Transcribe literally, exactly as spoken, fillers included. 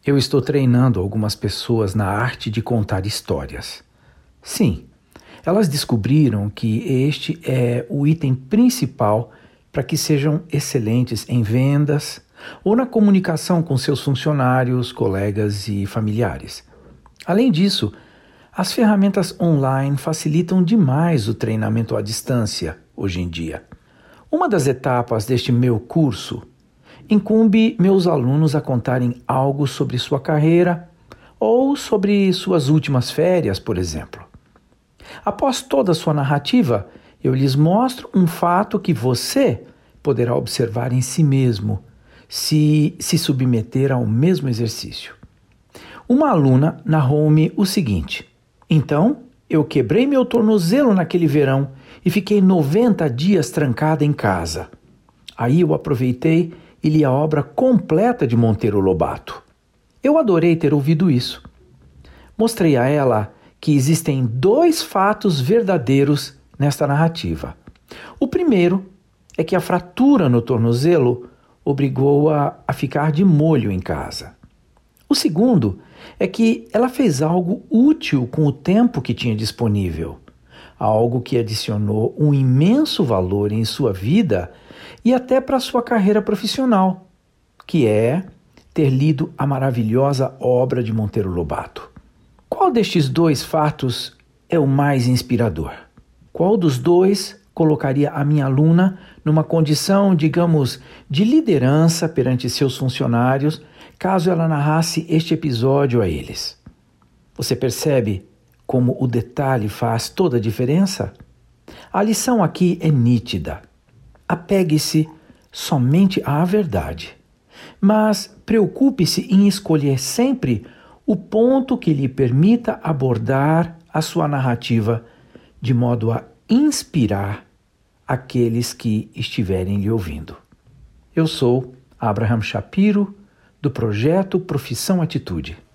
Eu estou treinando algumas pessoas na arte de contar histórias. Sim, elas descobriram que este é o item principal para que sejam excelentes em vendas ou na comunicação com seus funcionários, colegas e familiares. Além disso, as ferramentas online facilitam demais o treinamento à distância hoje em dia. Uma das etapas deste meu curso incumbe meus alunos a contarem algo sobre sua carreira ou sobre suas últimas férias, por exemplo. Após toda a sua narrativa, eu lhes mostro um fato que você poderá observar em si mesmo, se se submeter ao mesmo exercício. Uma aluna narrou-me o seguinte: então, eu quebrei meu tornozelo naquele verão e fiquei noventa dias trancada em casa. Aí eu aproveitei e li a obra completa de Monteiro Lobato. Eu adorei ter ouvido isso. Mostrei a ela que existem dois fatos verdadeiros nesta narrativa. O primeiro é que a fratura no tornozelo obrigou-a a ficar de molho em casa. O segundo é que ela fez algo útil com o tempo que tinha disponível, algo que adicionou um imenso valor em sua vida e até para sua carreira profissional, que é ter lido a maravilhosa obra de Monteiro Lobato. Qual destes dois fatos é o mais inspirador? Qual dos dois colocaria a minha aluna numa condição, digamos, de liderança perante seus funcionários, caso ela narrasse este episódio a eles? Você percebe como o detalhe faz toda a diferença? A lição aqui é nítida. Apegue-se somente à verdade, mas preocupe-se em escolher sempre o ponto que lhe permita abordar a sua narrativa de modo a inspirar aqueles que estiverem lhe ouvindo. Eu sou Abraham Shapiro, do projeto Profissão Atitude.